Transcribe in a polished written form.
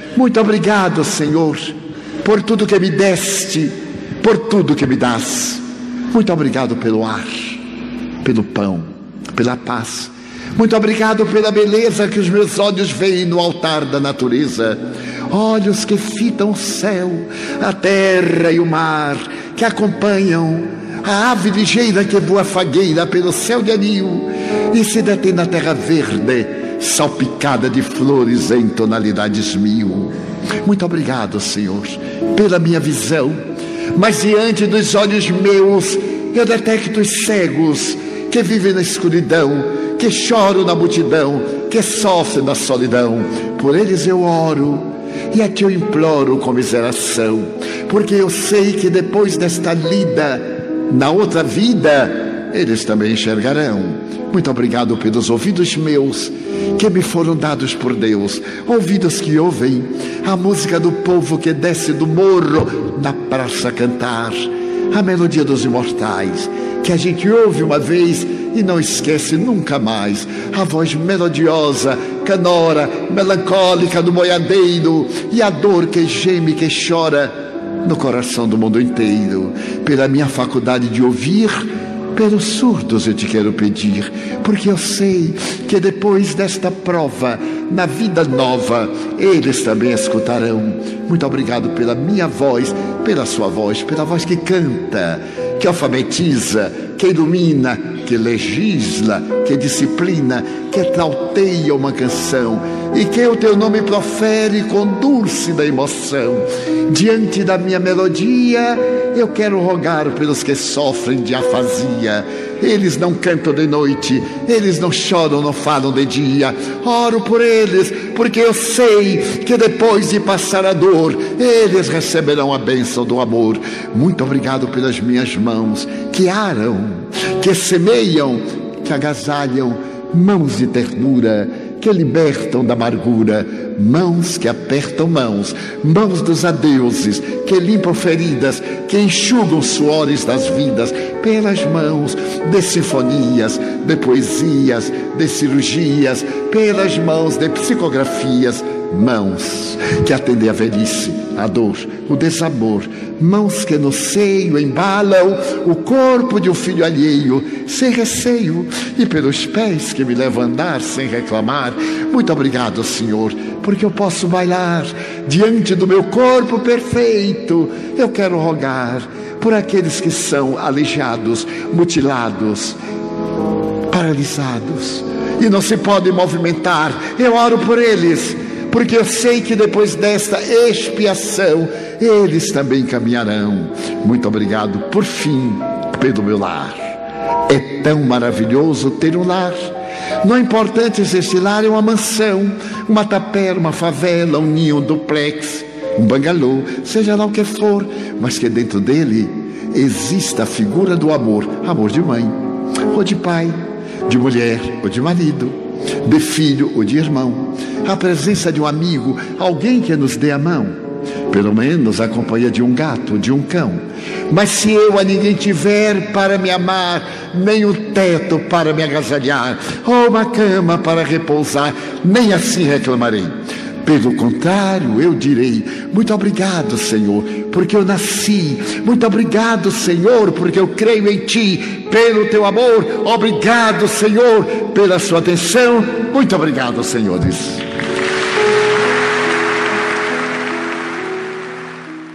Muito obrigado, Senhor, por tudo que me deste, por tudo que me dás. Muito obrigado pelo ar, pelo pão, pela paz. Muito obrigado pela beleza que os meus olhos veem no altar da natureza. Olhos que fitam o céu, a terra e o mar, que acompanham a ave ligeira que voa fagueira pelo céu de anil e se detém na terra verde, salpicada de flores em tonalidades mil. Muito obrigado, Senhor, pela minha visão. Mas diante dos olhos meus eu detecto os cegos que vivem na escuridão, que choram na multidão, que sofrem na solidão. Por eles eu oro e a ti eu imploro comiseração, porque eu sei que depois desta lida, na outra vida, eles também enxergarão. Muito obrigado pelos ouvidos meus, que me foram dados por Deus, ouvidos que ouvem a música do povo que desce do morro na praça a cantar, a melodia dos imortais, que a gente ouve uma vez e não esquece nunca mais. A voz melodiosa, canora, melancólica do boiadeiro, e a dor que geme, que chora no coração do mundo inteiro. Pela minha faculdade de ouvir, pelos surdos eu te quero pedir, porque eu sei que depois desta prova, na vida nova, eles também escutarão. Muito obrigado pela minha voz, pela sua voz, pela voz que canta, que alfabetiza, que ilumina, que legisla, que disciplina, que trauteia uma canção, e que o teu nome profere com dúlcida emoção. Diante da minha melodia, eu quero rogar pelos que sofrem de afasia. Eles não cantam de noite, eles não choram, não falam de dia. Oro por eles, porque eu sei que depois de passar a dor, eles receberão a bênção do amor. Muito obrigado pelas minhas mãos, que aram, que semeiam, que agasalham, mãos de ternura, que libertam da amargura, mãos que apertam mãos, mãos dos adeuses, que limpam feridas, que enxugam suores das vidas, pelas mãos de sinfonias, de poesias, de cirurgias, pelas mãos de psicografias, mãos que atendem a velhice, a dor, o desamor, mãos que no seio embalam o corpo de um filho alheio, sem receio, e pelos pés que me levam a andar sem reclamar. Muito obrigado, Senhor, porque eu posso bailar diante do meu corpo perfeito. Eu quero rogar por aqueles que são aleijados, mutilados, paralisados e não se podem movimentar. Eu oro por eles, porque eu sei que depois desta expiação, eles também caminharão. Muito obrigado, por fim, pelo meu lar. É tão maravilhoso ter um lar. Não é importante se esse lar é uma mansão, uma tapera, uma favela, um ninho, um duplex, um bangalô, seja lá o que for, mas que dentro dele exista a figura do amor, amor de mãe, ou de pai, de mulher, ou de marido, de filho ou de irmão, a presença de um amigo, alguém que nos dê a mão, pelo menos a companhia de um gato ou de um cão. Mas se eu a ninguém tiver para me amar, nem um teto para me agasalhar, ou uma cama para repousar, nem assim reclamarei. Pelo contrário, eu direi: muito obrigado, Senhor, porque eu nasci. Muito obrigado, Senhor, porque eu creio em Ti, pelo Teu amor. Obrigado, Senhor, pela Sua atenção. Muito obrigado, senhores.